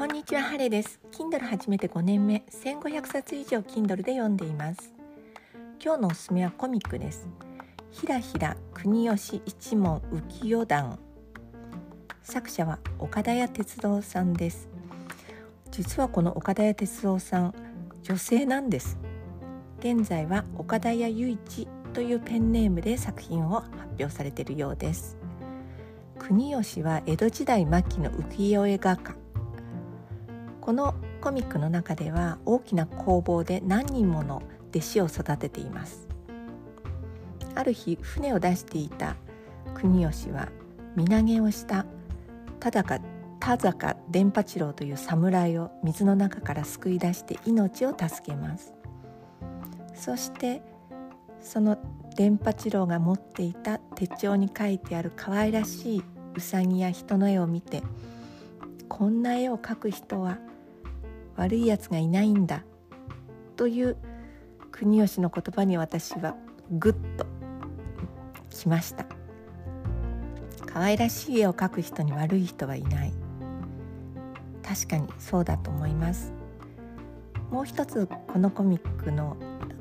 こんにちは、ハレです。 Kindle 始めて5年目、1500冊以上 Kindle で読んでいます。今日のおすすめはコミックです。ひらひら国吉一門浮世団。作者は岡田屋鉄道さんです。実はこの岡田屋鉄道さん、女性なんです。現在は岡田屋雄一というペンネームで作品を発表されているようです。国吉は江戸時代末期の浮世絵画家。このコミックの中では大きな工房で何人もの弟子を育てています。ある日、船を出していた国吉は身投げをした田坂伝八郎という侍を水の中から救い出して命を助けます。そしてその伝八郎が持っていた手帳に書いてある可愛らしいうさぎや人の絵を見て、こんな絵を描く人は悪いやつがいないんだという国吉の言葉に私はグッときました。可愛らしい絵を描く人に悪い人はいない。確かにそうだと思います。もう一つこのコミックの、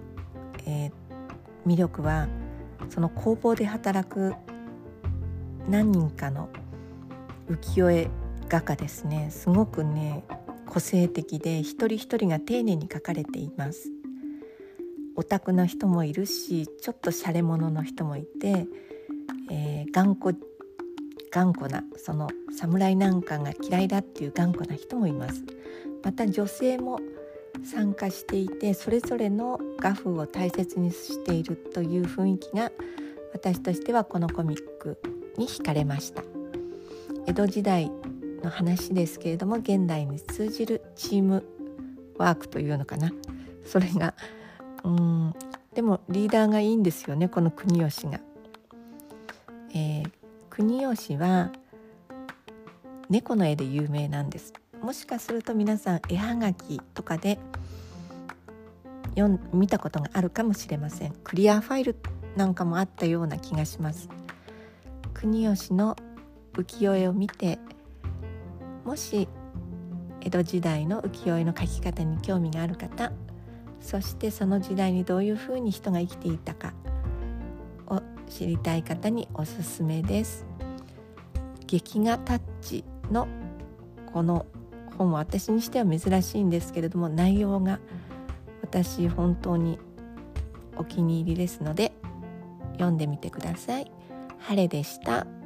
魅力は、その工房で働く何人かの浮世絵画家ですね。すごくね、個性的で一人一人が丁寧に描かれています。オタクの人もいるし、ちょっとシャレ者の人もいて、頑固な、その侍なんかが嫌いだっていう頑固な人もいます。また女性も参加していて、それぞれの画風を大切にしているという雰囲気が、私としてはこのコミックに惹かれました。江戸時代の話ですけれども、現代に通じるチームワークというのかな、それがでもリーダーがいいんですよね、この国吉が。国吉は猫の絵で有名なんです。もしかすると皆さん絵はがきとかで見たことがあるかもしれません。クリアファイルなんかもあったような気がします。国吉の浮世絵を見て、もし江戸時代の浮世絵の描き方に興味がある方、そしてその時代にどういうふうに人が生きていたかを知りたい方におすすめです。劇画タッチのこの本は私にしては珍しいんですけれども、内容が私本当にお気に入りですので読んでみてください。ハレでした。